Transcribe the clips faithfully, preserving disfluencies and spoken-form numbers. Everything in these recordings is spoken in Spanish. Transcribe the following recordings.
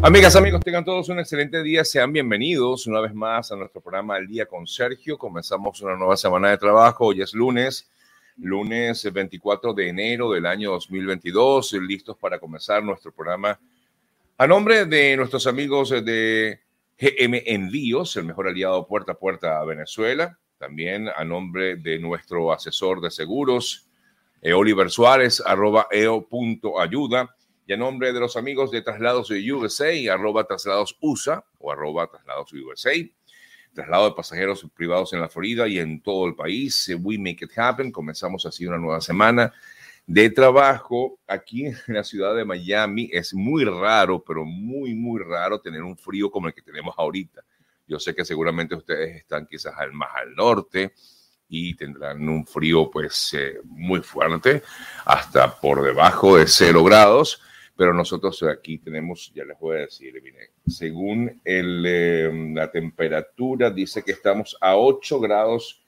Amigas, amigos, tengan todos un excelente día. Sean bienvenidos una vez más a nuestro programa El Día con Sergio. Comenzamos una nueva semana de trabajo. Hoy es lunes, lunes veinticuatro de enero del año dos mil veintidós. Listos para comenzar nuestro programa. A nombre de nuestros amigos de G M Envíos, el mejor aliado puerta a puerta a Venezuela. También a nombre de nuestro asesor de seguros, eh, Oliver Suárez, arroba eo punto ayuda. Y a nombre de los amigos de Traslados de U S A, arroba Traslados U S A o arroba Traslados U S A. Traslado de pasajeros privados en la Florida y en todo el país. We make it happen. Comenzamos así una nueva semana de trabajo aquí en la ciudad de Miami. Es muy raro, pero muy, muy raro tener un frío como el que tenemos ahorita. Yo sé que seguramente ustedes están quizás al, más al norte y tendrán un frío pues eh, muy fuerte, hasta por debajo de cero grados. Pero nosotros aquí tenemos, ya les voy a decir, mire, según el, eh, la temperatura, dice que estamos a ocho grados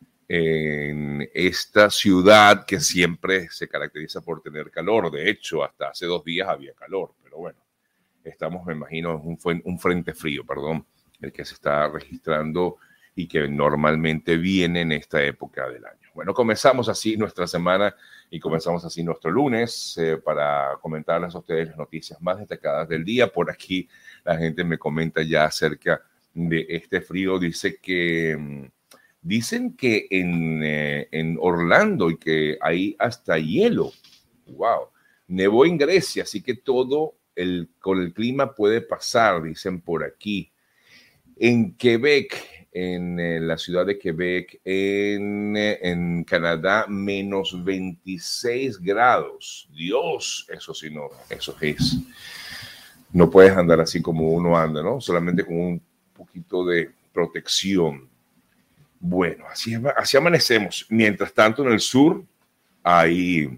en esta ciudad que siempre se caracteriza por tener calor. De hecho, hasta hace dos días había calor, pero bueno, estamos, me imagino, en un, un frente frío, perdón, el que se está registrando y que normalmente viene en esta época del año. Bueno, comenzamos así nuestra semana y comenzamos así nuestro lunes eh, para comentarles a ustedes las noticias más destacadas del día. Por aquí la gente me comenta ya acerca de este frío. Dice que, dicen que en, eh, en Orlando y que hay hasta hielo. ¡Wow! Nevó en Grecia, así que todo el, con el clima puede pasar, dicen por aquí. En Quebec, en eh, la ciudad de Quebec, en, eh, en Canadá, menos veintiséis grados. Dios, eso sí, no, eso es. No puedes andar así como uno anda, ¿no? Solamente con un poquito de protección. Bueno, así, así amanecemos. Mientras tanto, en el sur hay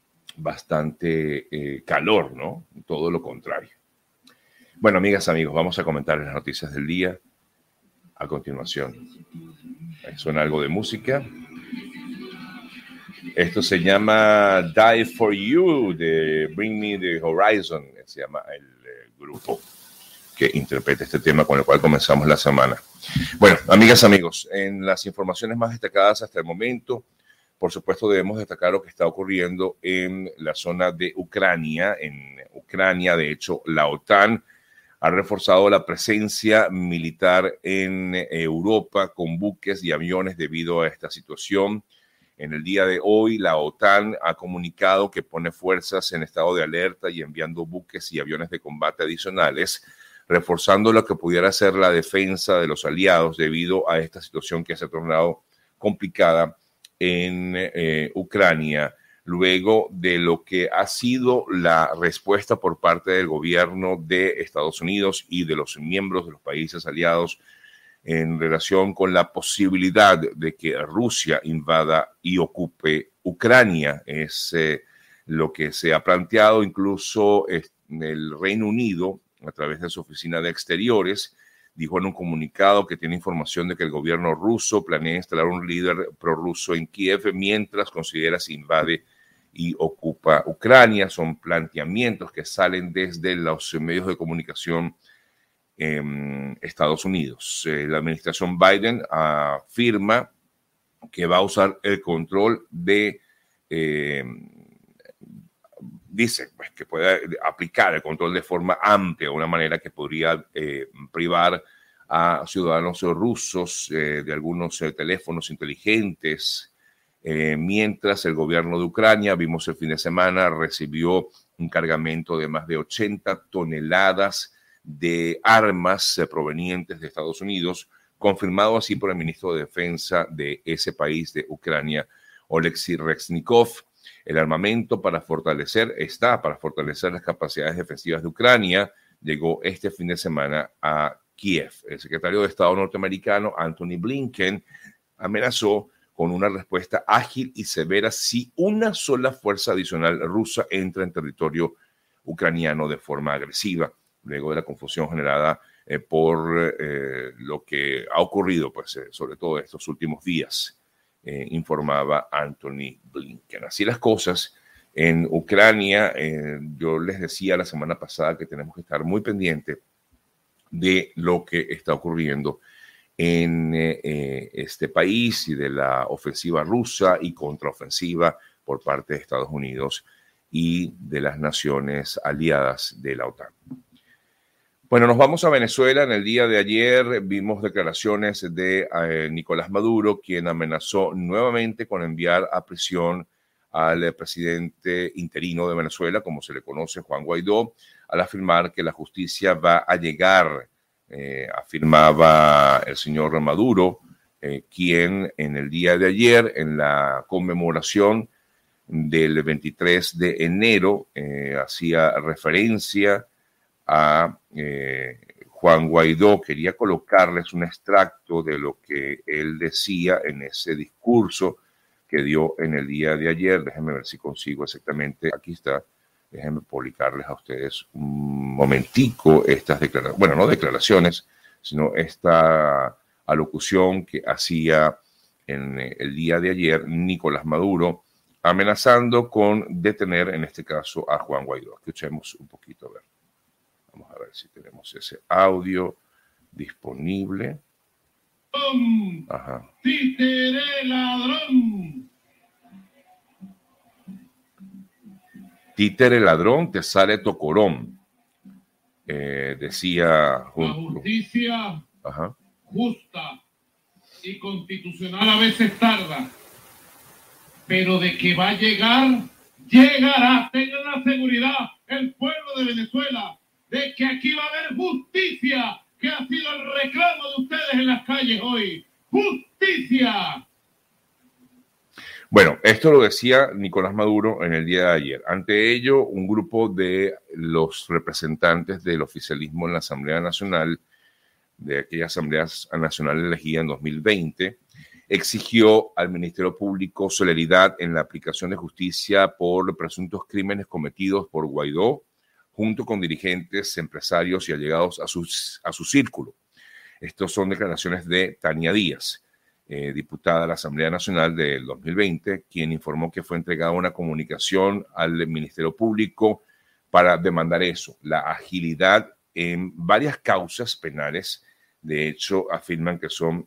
bastante eh, calor, ¿no? Todo lo contrario. Bueno, amigas, amigos, vamos a comentar las noticias del día a continuación. Suena algo de música. Esto se llama Die for You de Bring Me the Horizon. Se llama el, el grupo que interpreta este tema con el cual comenzamos la semana. Bueno, amigas, amigos, en las informaciones más destacadas hasta el momento, por supuesto debemos destacar lo que está ocurriendo en la zona de Ucrania. En Ucrania, de hecho, la OTAN ha reforzado la presencia militar en Europa con buques y aviones debido a esta situación. En el día de hoy, la OTAN ha comunicado que pone fuerzas en estado de alerta y enviando buques y aviones de combate adicionales, reforzando lo que pudiera ser la defensa de los aliados debido a esta situación que se ha tornado complicada en eh, Ucrania, luego de lo que ha sido la respuesta por parte del gobierno de Estados Unidos y de los miembros de los países aliados en relación con la posibilidad de que Rusia invada y ocupe Ucrania. Es eh, lo que se ha planteado. Incluso en el Reino Unido, a través de su oficina de exteriores, dijo en un comunicado que tiene información de que el gobierno ruso planea instalar un líder prorruso en Kiev mientras considera si invade y ocupa Ucrania. Son planteamientos que salen desde los medios de comunicación en Estados Unidos. Eh, la administración Biden afirma que va a usar el control de, eh, dice pues, que puede aplicar el control de forma amplia, de una manera que podría eh, privar a ciudadanos rusos eh, de algunos eh, teléfonos inteligentes. Eh, mientras el gobierno de Ucrania, vimos el fin de semana, recibió un cargamento de más de ochenta toneladas de armas eh, provenientes de Estados Unidos, confirmado así por el ministro de Defensa de ese país, de Ucrania, Oleksiy Reznikov. El armamento para fortalecer, está para fortalecer las capacidades defensivas de Ucrania, llegó este fin de semana a Kiev. El secretario de Estado norteamericano, Anthony Blinken, amenazó con una respuesta ágil y severa si una sola fuerza adicional rusa entra en territorio ucraniano de forma agresiva, luego de la confusión generada eh, por eh, lo que ha ocurrido, pues, eh, sobre todo estos últimos días, eh, informaba Anthony Blinken. Así las cosas, En Ucrania, eh, yo les decía la semana pasada que tenemos que estar muy pendientes de lo que está ocurriendo en eh, este país y de la ofensiva rusa y contraofensiva por parte de Estados Unidos y de las naciones aliadas de la OTAN. Bueno, nos vamos a Venezuela. En el día de ayer vimos declaraciones de eh, Nicolás Maduro, quien amenazó nuevamente con enviar a prisión al presidente interino de Venezuela, como se le conoce, Juan Guaidó, al afirmar que la justicia va a llegar. Eh, afirmaba el señor Maduro, eh, quien en el día de ayer, en la conmemoración del veintitrés de enero, eh, hacía referencia a eh, Juan Guaidó. Quería colocarles un extracto de lo que él decía en ese discurso que dio en el día de ayer. Déjenme ver si consigo exactamente. Aquí está. Déjenme publicarles a ustedes un momentico estas declaraciones. Bueno, no declaraciones, sino esta alocución que hacía en el día de ayer Nicolás Maduro, amenazando con detener, en este caso, a Juan Guaidó. Escuchemos un poquito, a ver. Vamos a ver si tenemos ese audio disponible. Ajá. ¡Títere ladrón! Títere ladrón, te sale tocorón. Eh, decía... La justicia Ajá. justa y constitucional a veces tarda, pero de que va a llegar, llegará. Tengan la seguridad, el pueblo de Venezuela, de que aquí va a haber justicia, que ha sido el reclamo de ustedes en las calles hoy. ¡Justicia! Bueno, esto lo decía Nicolás Maduro en el día de ayer. Ante ello, un grupo de los representantes del oficialismo en la Asamblea Nacional, de aquella Asamblea Nacional elegida en dos mil veinte, exigió al Ministerio Público celeridad en la aplicación de justicia por presuntos crímenes cometidos por Guaidó, junto con dirigentes, empresarios y allegados a su, a su círculo. Estas son declaraciones de Tania Díaz, eh, diputada de la Asamblea Nacional del dos mil veinte, quien informó que fue entregada una comunicación al Ministerio Público para demandar eso, la agilidad en varias causas penales. De hecho, afirman que son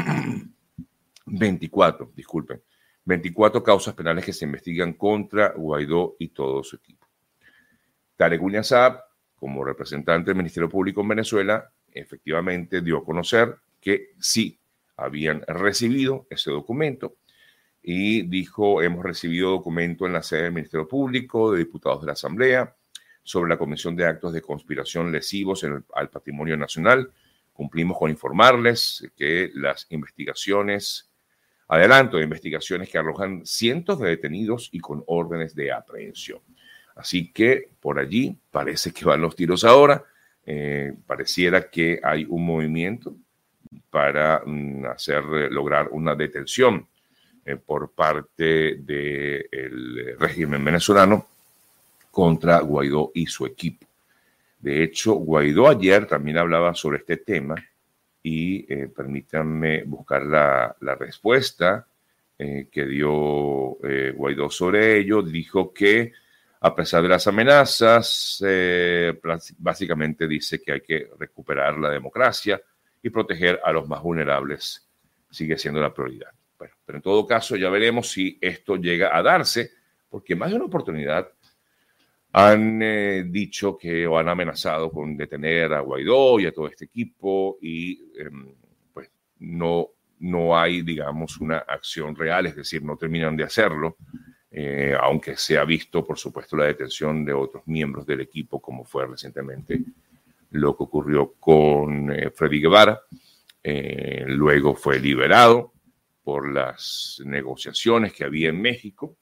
veinticuatro, disculpen, veinticuatro causas penales que se investigan contra Guaidó y todo su equipo. Tarek William Saab, como representante del Ministerio Público en Venezuela, efectivamente dio a conocer que sí habían recibido ese documento y dijo: hemos recibido documento en la sede del Ministerio Público de diputados de la Asamblea sobre la comisión de actos de conspiración lesivos en el, al patrimonio nacional. Cumplimos con informarles que las investigaciones, adelanto de investigaciones que arrojan cientos de detenidos y con órdenes de aprehensión. Así que por allí parece que van los tiros ahora. Eh, pareciera que hay un movimiento para mm, hacer eh, lograr una detención eh, por parte del régimen venezolano contra Guaidó y su equipo. De hecho, Guaidó ayer también hablaba sobre este tema y eh, permítanme buscar la, la respuesta eh, que dio eh, Guaidó sobre ello. Dijo que a pesar de las amenazas, eh, básicamente dice que hay que recuperar la democracia y proteger a los más vulnerables. Sigue siendo la prioridad. Bueno, pero en todo caso ya veremos si esto llega a darse, porque más de una oportunidad han eh, dicho que o han amenazado con detener a Guaidó y a todo este equipo y eh, pues no, no hay, digamos, una acción real, es decir, no terminan de hacerlo. Eh, aunque se ha visto, por supuesto, la detención de otros miembros del equipo, como fue recientemente lo que ocurrió con eh, Freddy Guevara. Eh, luego fue liberado por las negociaciones que había en México,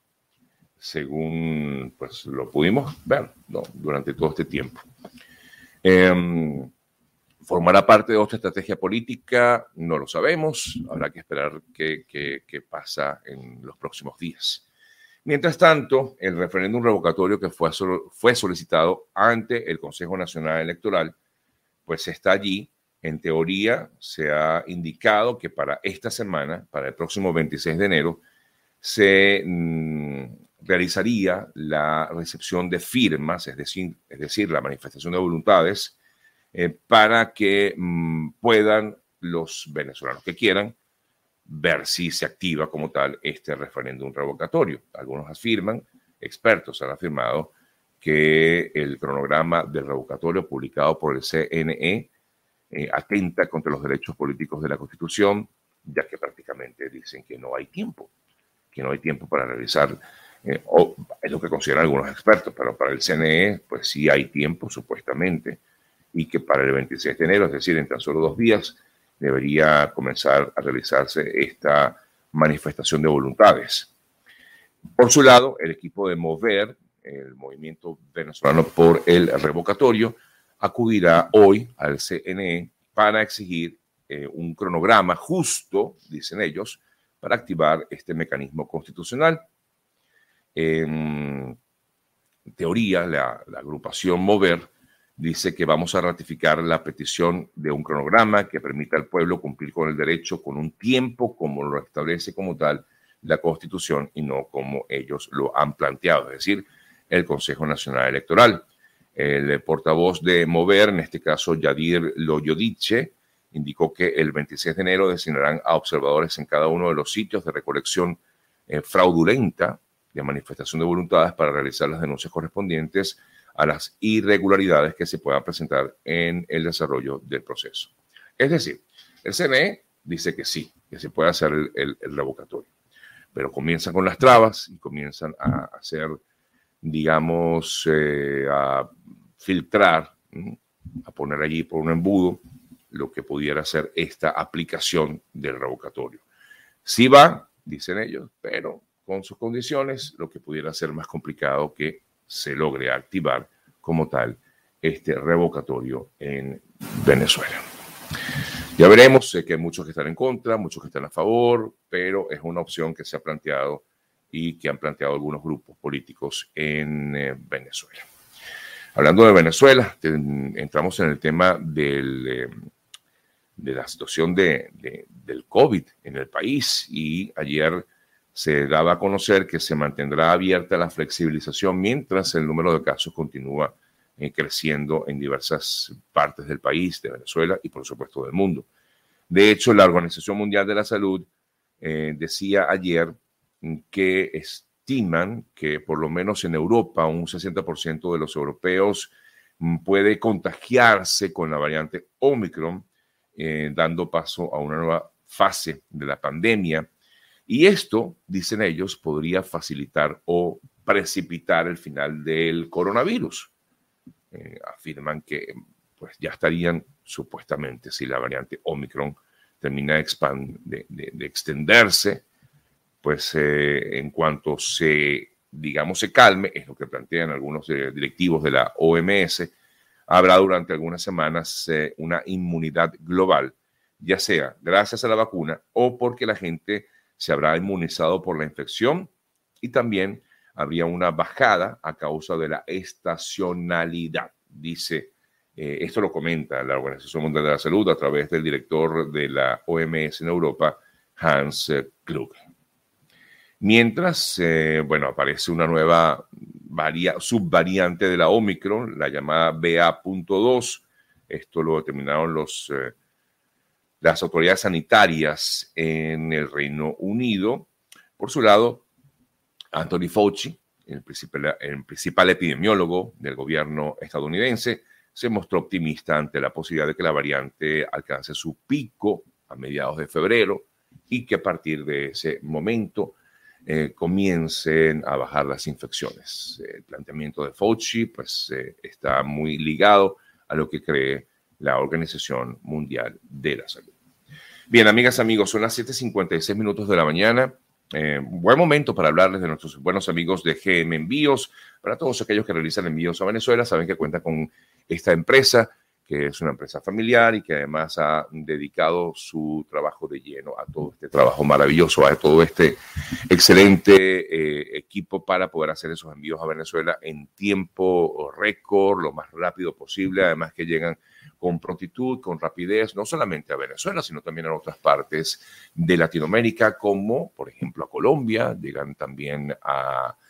según pues, lo pudimos ver, ¿no?, durante todo este tiempo. Eh, ¿Formará parte de otra estrategia política? No lo sabemos. Habrá que esperar qué, qué, qué pasa en los próximos días. Mientras tanto, el referéndum revocatorio que fue, fue solicitado ante el Consejo Nacional Electoral, pues está allí. En teoría, se ha indicado que para esta semana, para el próximo veintiséis de enero, se mmm, realizaría la recepción de firmas, es decir, es decir la manifestación de voluntades, eh, para que mmm, puedan los venezolanos que quieran ver si se activa como tal este referéndum revocatorio. Algunos afirman, expertos han afirmado, que el cronograma del revocatorio publicado por el C N E eh, atenta contra los derechos políticos de la Constitución, ya que prácticamente dicen que no hay tiempo, que no hay tiempo para realizar, eh, o es lo que consideran algunos expertos, pero para el C N E, pues sí hay tiempo, supuestamente, y que para el veintiséis de enero, es decir, en tan solo dos días, debería comenzar a realizarse esta manifestación de voluntades. Por su lado, el equipo de Mover, el Movimiento Venezolano por el Revocatorio, acudirá hoy al C N E para exigir eh, un cronograma justo, dicen ellos, para activar este mecanismo constitucional. En teoría, la, la agrupación Mover dice que vamos a ratificar la petición de un cronograma que permita al pueblo cumplir con el derecho con un tiempo como lo establece como tal la Constitución y no como ellos lo han planteado, es decir, el Consejo Nacional Electoral. El portavoz de Mover, en este caso Yadir Loyodiche, indicó que el veintiséis de enero designarán a observadores en cada uno de los sitios de recolección eh, fraudulenta de manifestación de voluntades para realizar las denuncias correspondientes a las irregularidades que se puedan presentar en el desarrollo del proceso. Es decir, el C N E dice que sí, que se puede hacer el, el, el revocatorio, pero comienzan con las trabas y comienzan a hacer, digamos, eh, a filtrar, ¿sí? A poner allí por un embudo lo que pudiera ser esta aplicación del revocatorio. Sí va, dicen ellos, pero con sus condiciones, lo que pudiera ser más complicado que se logre activar como tal este revocatorio en Venezuela. Ya veremos, sé que hay muchos que están en contra, muchos que están a favor, pero es una opción que se ha planteado y que han planteado algunos grupos políticos en eh, Venezuela. Hablando de Venezuela, te, entramos en el tema del, eh, de la situación de, de, del COVID en el país y ayer se daba a conocer que se mantendrá abierta la flexibilización mientras el número de casos continúa eh, creciendo en diversas partes del país, de Venezuela y por supuesto del mundo. De hecho, la Organización Mundial de la Salud eh, decía ayer que estiman que por lo menos en Europa un sesenta por ciento de los europeos puede contagiarse con la variante Omicron, eh, dando paso a una nueva fase de la pandemia. Y esto, dicen ellos, podría facilitar o precipitar el final del coronavirus. Eh, afirman que pues, ya estarían, supuestamente, si la variante Omicron termina de, expand, de, de, de extenderse, pues eh, en cuanto se, digamos, se calme, es lo que plantean algunos eh, directivos de la O M S, habrá durante algunas semanas eh, una inmunidad global, ya sea gracias a la vacuna o porque la gente se habrá inmunizado por la infección y también habría una bajada a causa de la estacionalidad. Dice, eh, esto lo comenta la Organización Mundial de la Salud a través del director de la O M S en Europa, Hans Kluge. Mientras, eh, bueno, aparece una nueva varia, subvariante de la Omicron, la llamada B A punto dos. Esto lo determinaron los... Eh, las autoridades sanitarias en el Reino Unido. Por su lado, Anthony Fauci, el principal, el principal epidemiólogo del gobierno estadounidense, se mostró optimista ante la posibilidad de que la variante alcance su pico a mediados de febrero y que a partir de ese momento eh, comiencen a bajar las infecciones. El planteamiento de Fauci pues, eh, está muy ligado a lo que cree la Organización Mundial de la Salud. Bien, amigas, amigos, son las siete cincuenta y seis minutos de la mañana. Eh, buen momento para hablarles de nuestros buenos amigos de G M Envíos. Para todos aquellos que realizan envíos a Venezuela, saben que cuenta con esta empresa, que es una empresa familiar y que además ha dedicado su trabajo de lleno a todo este trabajo maravilloso, a todo este excelente eh, equipo para poder hacer esos envíos a Venezuela en tiempo récord, lo más rápido posible, además que llegan con prontitud, con rapidez, no solamente a Venezuela, sino también a otras partes de Latinoamérica, como por ejemplo a Colombia, llegan también a,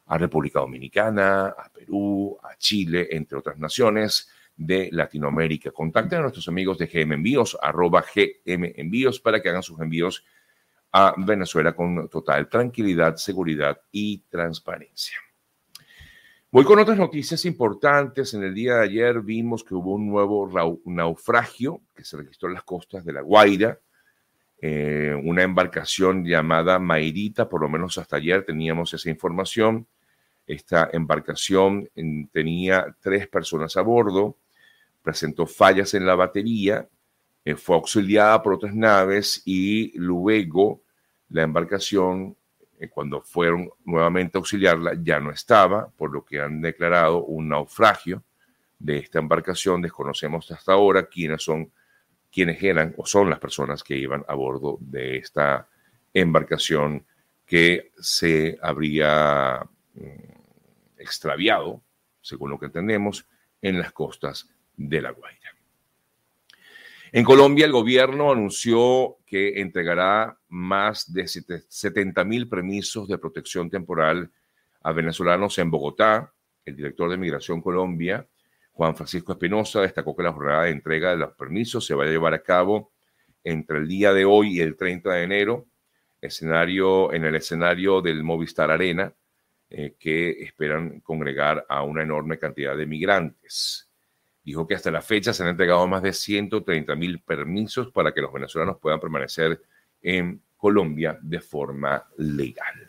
a República Dominicana, a Perú, a Chile, entre otras naciones de Latinoamérica. Contacten a nuestros amigos de G M Envíos, arroba G M Envíos, para que hagan sus envíos a Venezuela con total tranquilidad, seguridad y transparencia. Voy con otras noticias importantes. En el día de ayer vimos que hubo un nuevo naufragio que se registró en las costas de La Guaira. Eh, una embarcación llamada Mairita, por lo menos hasta ayer teníamos esa información. Esta embarcación en, tenía tres personas a bordo, presentó fallas en la batería, eh, fue auxiliada por otras naves y luego la embarcación, eh, cuando fueron nuevamente a auxiliarla, ya no estaba, por lo que han declarado un naufragio de esta embarcación. Desconocemos hasta ahora quiénes son, quiénes eran o son las personas que iban a bordo de esta embarcación que se habría mm, extraviado, según lo que entendemos, en las costas de La Guaira. En Colombia, el gobierno anunció que entregará más de setenta mil permisos de protección temporal a venezolanos en Bogotá. El director de Migración Colombia, Juan Francisco Espinosa, destacó que la jornada de entrega de los permisos se va a llevar a cabo entre el día de hoy y el treinta de enero, escenario, en el escenario del Movistar Arena, eh, que esperan congregar a una enorme cantidad de migrantes. Dijo que hasta la fecha se han entregado más de ciento treinta mil permisos para que los venezolanos puedan permanecer en Colombia de forma legal.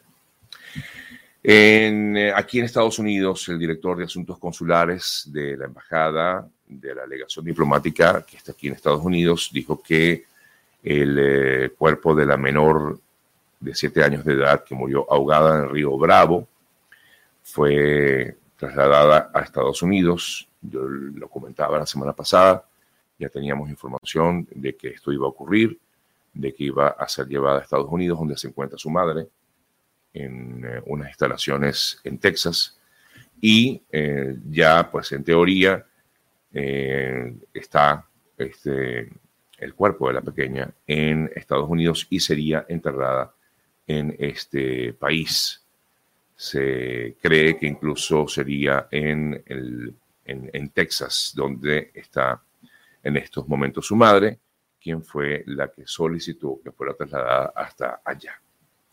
En, eh, aquí en Estados Unidos, el director de Asuntos Consulares de la Embajada de la Legación Diplomática, que está aquí en Estados Unidos, dijo que el eh, cuerpo de la menor de siete años de edad que murió ahogada en el río Bravo fue trasladada a Estados Unidos. Yo lo comentaba la semana pasada, ya teníamos información de que esto iba a ocurrir, de que iba a ser llevada a Estados Unidos, donde se encuentra su madre, en eh, unas instalaciones en Texas, y eh, ya, pues en teoría, eh, está este, el cuerpo de la pequeña en Estados Unidos y sería enterrada en este país. Se cree que incluso sería en, el, en, en Texas, donde está en estos momentos su madre, quien fue la que solicitó que fuera trasladada hasta allá.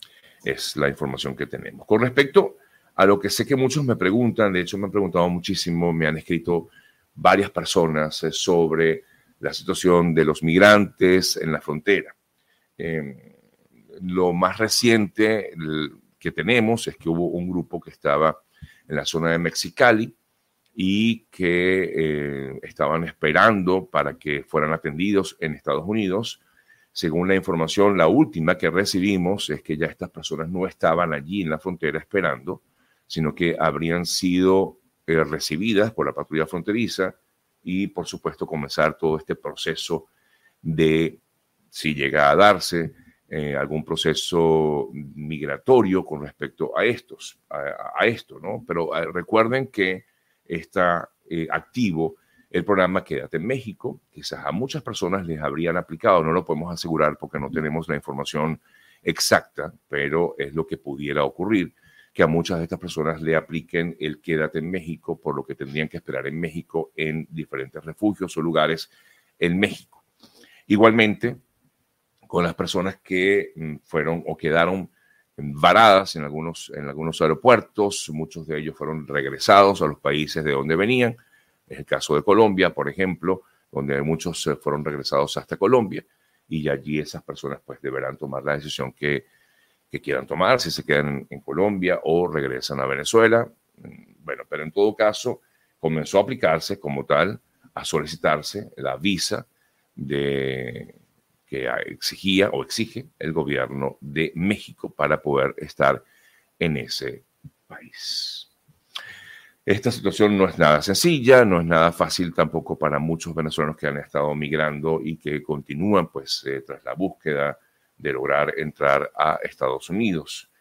Es la información que tenemos. Con respecto a lo que sé que muchos me preguntan, de hecho me han preguntado muchísimo, me han escrito varias personas sobre la situación de los migrantes en la frontera. Eh, lo más reciente que tenemos es que hubo un grupo que estaba en la zona de Mexicali y que eh, estaban esperando para que fueran atendidos en Estados Unidos. Según la información, la última que recibimos es que ya estas personas no estaban allí en la frontera esperando, sino que habrían sido eh, recibidas por la patrulla fronteriza y, por supuesto, comenzar todo este proceso de, si llega a darse, eh, algún proceso migratorio con respecto a estos, a, a esto, ¿no? Pero eh, recuerden que está eh, activo el programa Quédate en México. Quizás a muchas personas les habrían aplicado, no lo podemos asegurar porque no tenemos la información exacta, pero es lo que pudiera ocurrir, que a muchas de estas personas le apliquen el Quédate en México, por lo que tendrían que esperar en México en diferentes refugios o lugares en México. Igualmente, con las personas que fueron o quedaron varadas en algunos, en algunos aeropuertos, muchos de ellos fueron regresados a los países de donde venían. Es el caso de Colombia, por ejemplo, donde muchos fueron regresados hasta Colombia y allí esas personas pues deberán tomar la decisión que, que quieran tomar, si se quedan en, en Colombia o regresan a Venezuela. Bueno, pero en todo caso comenzó a aplicarse como tal, a solicitarse la visa de, que exigía o exige el gobierno de México para poder estar en ese país. Esta situación no es nada sencilla, no es nada fácil tampoco para muchos venezolanos que han estado migrando y que continúan pues eh, tras la búsqueda de lograr entrar a Estados Unidos.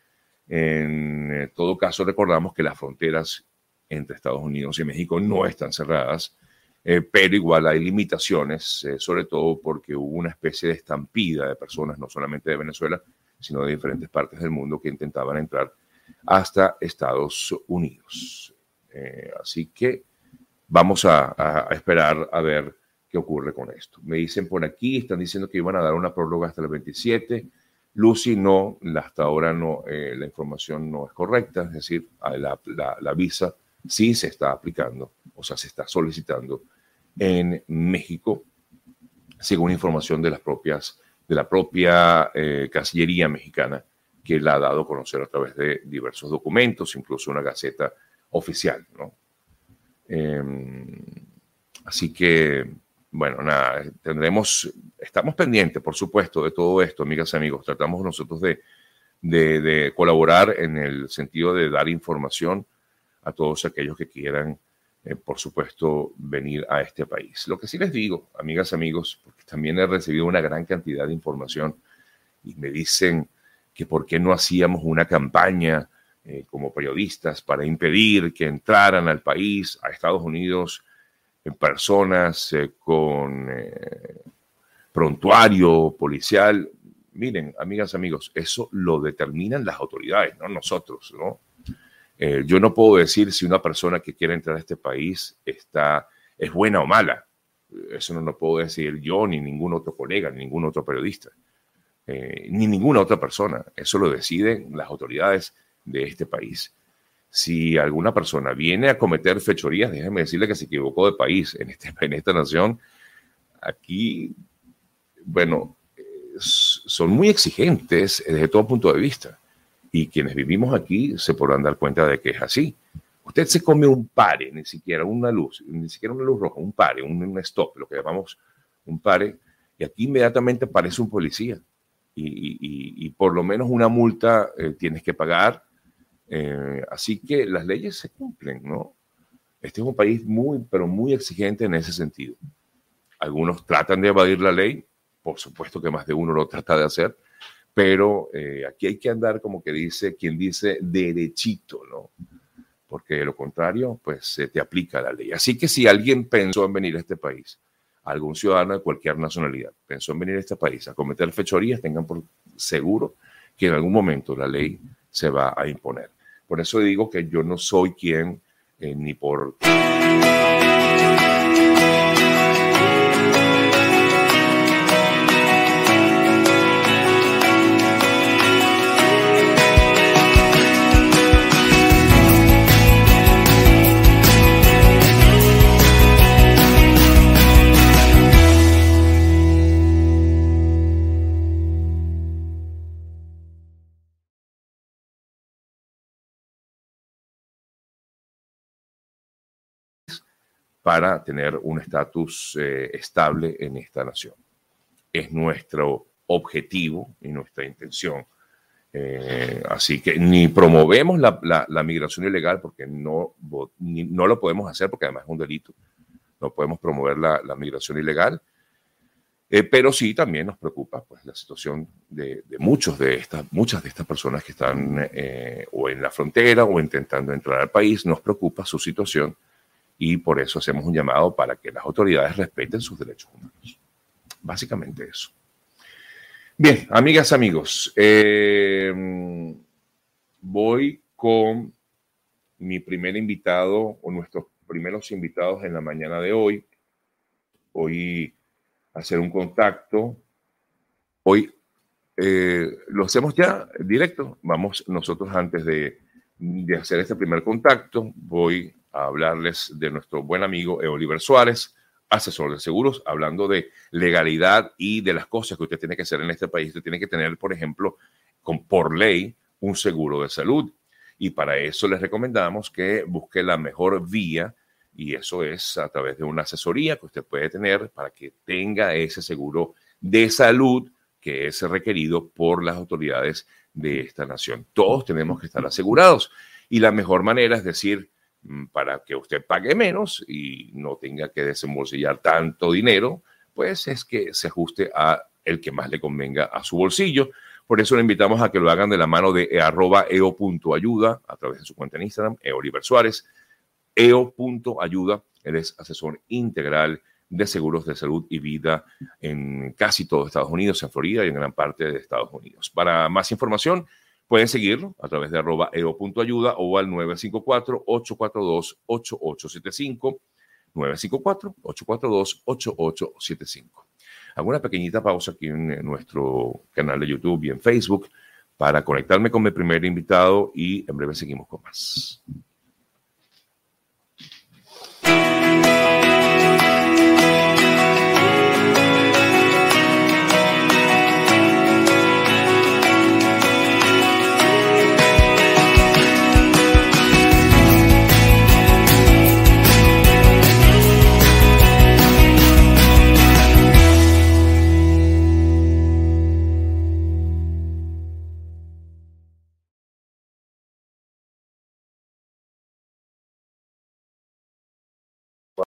En eh, todo caso, recordamos que las fronteras entre Estados Unidos y México no están cerradas, eh, pero igual hay limitaciones, eh, sobre todo porque hubo una especie de estampida de personas, no solamente de Venezuela, sino de diferentes partes del mundo que intentaban entrar hasta Estados Unidos. Eh, así que vamos a, a, a esperar a ver qué ocurre con esto. Me dicen por aquí, están diciendo que iban a dar una prórroga hasta el veintisiete. Lucy, no, hasta ahora no, eh, la información no es correcta, es decir, la, la, la visa sí se está aplicando, o sea, se está solicitando en México, según información de las propias, de la propia eh, Cancillería mexicana, que la ha dado a conocer a través de diversos documentos, incluso una gaceta oficial, ¿no? Eh, así que, bueno, nada, tendremos, estamos pendientes, por supuesto, de todo esto, amigas y amigos. Tratamos nosotros de, de, de colaborar en el sentido de dar información a todos aquellos que quieran, eh, por supuesto, venir a este país. Lo que sí les digo, amigas y amigos, porque también he recibido una gran cantidad de información y me dicen que por qué no hacíamos una campaña eh, como periodistas para impedir que entraran al país, a Estados Unidos, en personas eh, con eh, prontuario policial. Miren, amigas, amigos, eso lo determinan las autoridades, no nosotros, ¿no? Eh, yo no puedo decir si una persona que quiere entrar a este país está, es buena o mala. Eso no lo puedo decir yo, ni ningún otro colega, ni ningún otro periodista, eh, ni ninguna otra persona. Eso lo deciden las autoridades de este país. Si alguna persona viene a cometer fechorías, déjeme decirle que se equivocó de país en, este, en esta nación. Aquí, bueno, son muy exigentes desde todo punto de vista. Y quienes vivimos aquí se podrán dar cuenta de que es así. Usted se come un pare, ni siquiera una luz, ni siquiera una luz roja, un pare, un, un stop, lo que llamamos un pare, y aquí inmediatamente aparece un policía. Y, y, y por lo menos una multa eh, tienes que pagar. Eh, así que las leyes se cumplen, ¿no? Este es un país muy, pero muy exigente en ese sentido. Algunos tratan de evadir la ley, por supuesto que más de uno lo trata de hacer, pero eh, aquí hay que andar como que dice, quien dice derechito, ¿no? Porque de lo contrario, pues se te aplica la ley. Así que si alguien pensó en venir a este país, algún ciudadano de cualquier nacionalidad pensó en venir a este país a cometer fechorías, tengan por seguro que en algún momento la ley se va a imponer. Por eso digo que yo no soy quien, eh, ni por... para tener un estatus eh, estable en esta nación. Es nuestro objetivo y nuestra intención. Eh, así que ni promovemos la, la, la migración ilegal porque no, ni, no lo podemos hacer porque además es un delito. No podemos promover la, la migración ilegal. Eh, pero sí también nos preocupa pues, la situación de, de, muchos de estas, muchas de estas personas que están eh, o en la frontera o intentando entrar al país. Nos preocupa su situación. Y por eso hacemos un llamado para que las autoridades respeten sus derechos humanos. Básicamente eso. Bien, amigas, amigos, eh, voy con mi primer invitado o nuestros primeros invitados en la mañana de hoy. Hoy hacer un contacto. Hoy eh, lo hacemos ya directo. Vamos nosotros antes de, de hacer este primer contacto. Voy a hablarles de nuestro buen amigo Oliver Suárez, asesor de seguros, hablando de legalidad y de las cosas que usted tiene que hacer en este país. Usted tiene que tener, por ejemplo, con, por ley, un seguro de salud. Y para eso les recomendamos que busque la mejor vía, y eso es a través de una asesoría que usted puede tener para que tenga ese seguro de salud que es requerido por las autoridades de esta nación. Todos tenemos que estar asegurados. Y la mejor manera es decir, para que usted pague menos y no tenga que desembolsillar tanto dinero, pues es que se ajuste a el que más le convenga a su bolsillo. Por eso le invitamos a que lo hagan de la mano de arroba eo punto ayuda a través de su cuenta en Instagram, Oliver Suárez, eo punto ayuda. Él es asesor integral de seguros de salud y vida en casi todo Estados Unidos, en Florida y en gran parte de Estados Unidos. Para más información, Pueden seguirlo a través de arroba eo.ayuda o al nueve cinco cuatro, ocho cuatro dos, ocho ocho siete cinco, nueve cinco cuatro, ocho cuatro dos, ocho ocho siete cinco. Hago una pequeñita pausa aquí en nuestro canal de YouTube y en Facebook para conectarme con mi primer invitado y en breve seguimos con más.